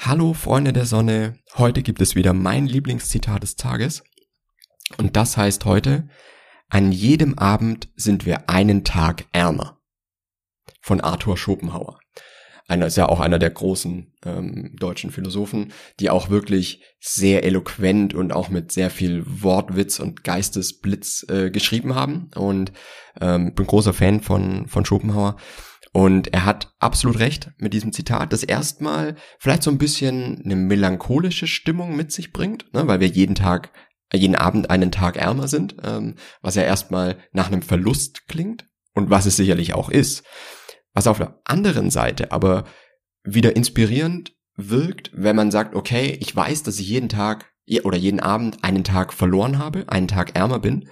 Hallo Freunde der Sonne, heute gibt es wieder mein Lieblingszitat des Tages und das heißt heute: An jedem Abend sind wir einen Tag ärmer. Von Arthur Schopenhauer. Ist ja auch einer der großen deutschen Philosophen, die auch wirklich sehr eloquent und auch mit sehr viel Wortwitz und Geistesblitz geschrieben haben und bin großer Fan von Schopenhauer. Und er hat absolut recht mit diesem Zitat, das erstmal vielleicht so ein bisschen eine melancholische Stimmung mit sich bringt, ne, weil wir jeden Abend einen Tag ärmer sind, was ja erstmal nach einem Verlust klingt und was es sicherlich auch ist. Was auf der anderen Seite aber wieder inspirierend wirkt, wenn man sagt, okay, ich weiß, dass ich jeden Tag oder jeden Abend einen Tag verloren habe, einen Tag ärmer bin,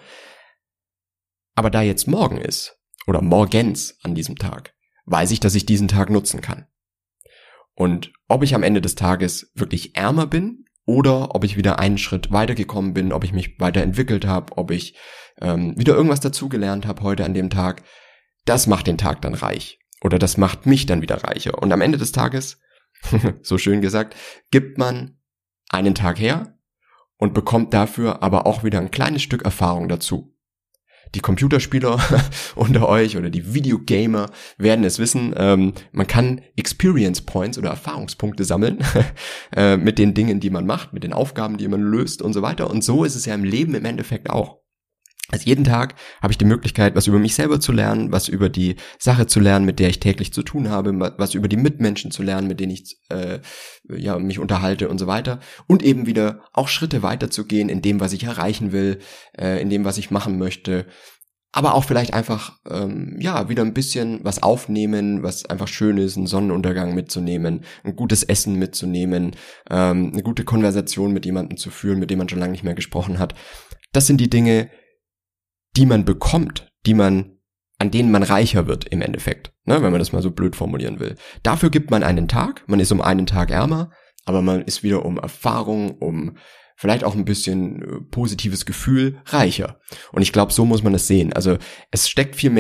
aber da jetzt morgen ist oder morgens an diesem Tag, weiß ich, dass ich diesen Tag nutzen kann. Und ob ich am Ende des Tages wirklich ärmer bin oder ob ich wieder einen Schritt weitergekommen bin, ob ich mich weiterentwickelt habe, ob ich wieder irgendwas dazugelernt habe heute an dem Tag, das macht den Tag dann reich. Oder das macht mich dann wieder reicher. Und am Ende des Tages, so schön gesagt, gibt man einen Tag her und bekommt dafür aber auch wieder ein kleines Stück Erfahrung dazu. Die Computerspieler unter euch oder die Videogamer werden es wissen, man kann Experience Points oder Erfahrungspunkte sammeln mit den Dingen, die man macht, mit den Aufgaben, die man löst und so weiter. Und so ist es ja im Leben im Endeffekt auch. Also jeden Tag habe ich die Möglichkeit, was über mich selber zu lernen, was über die Sache zu lernen, mit der ich täglich zu tun habe, was über die Mitmenschen zu lernen, mit denen ich mich unterhalte und so weiter. Und eben wieder auch Schritte weiterzugehen in dem, was ich erreichen will, in dem, was ich machen möchte. Aber auch vielleicht einfach wieder ein bisschen was aufnehmen, was einfach schön ist, einen Sonnenuntergang mitzunehmen, ein gutes Essen mitzunehmen, eine gute Konversation mit jemandem zu führen, mit dem man schon lange nicht mehr gesprochen hat. Das sind die Dinge, die man bekommt, an denen man reicher wird im Endeffekt, ne, wenn man das mal so blöd formulieren will. Dafür gibt man einen Tag, man ist um einen Tag ärmer, aber man ist wieder um Erfahrung, um vielleicht auch ein bisschen positives Gefühl reicher. Und ich glaube, so muss man es sehen. Also es steckt viel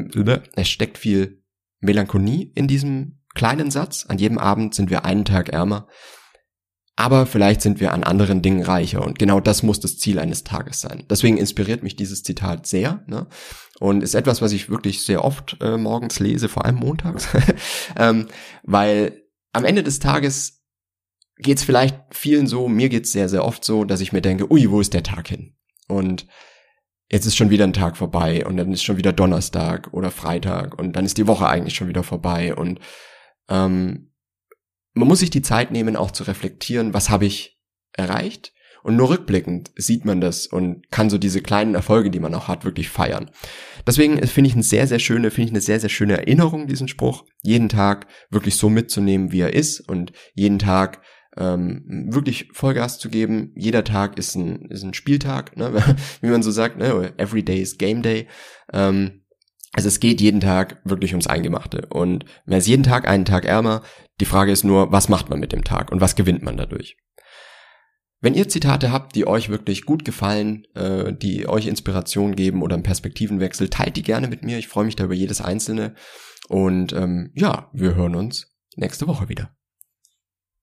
Melancholie in diesem kleinen Satz. An jedem Abend sind wir einen Tag ärmer. Aber vielleicht sind wir an anderen Dingen reicher und genau das muss das Ziel eines Tages sein. Deswegen inspiriert mich dieses Zitat sehr, ne? Und ist etwas, was ich wirklich sehr oft morgens lese, vor allem montags, weil am Ende des Tages geht's vielleicht vielen so, mir geht's sehr, sehr oft so, dass ich mir denke, ui, wo ist der Tag hin? Und jetzt ist schon wieder ein Tag vorbei und dann ist schon wieder Donnerstag oder Freitag und dann ist die Woche eigentlich schon wieder vorbei und man muss sich die Zeit nehmen, auch zu reflektieren, was habe ich erreicht? Und nur rückblickend sieht man das und kann so diese kleinen Erfolge, die man auch hat, wirklich feiern. Deswegen finde ich eine sehr, sehr schöne Erinnerung, diesen Spruch, jeden Tag wirklich so mitzunehmen, wie er ist und jeden Tag wirklich Vollgas zu geben. Jeder Tag ist ein Spieltag, ne? Wie man so sagt, ne? Every day is Game Day. Also es geht jeden Tag wirklich ums Eingemachte und man ist jeden Tag einen Tag ärmer. Die Frage ist nur, was macht man mit dem Tag und was gewinnt man dadurch? Wenn ihr Zitate habt, die euch wirklich gut gefallen, die euch Inspiration geben oder einen Perspektivenwechsel, teilt die gerne mit mir. Ich freue mich da über jedes einzelne und wir hören uns nächste Woche wieder.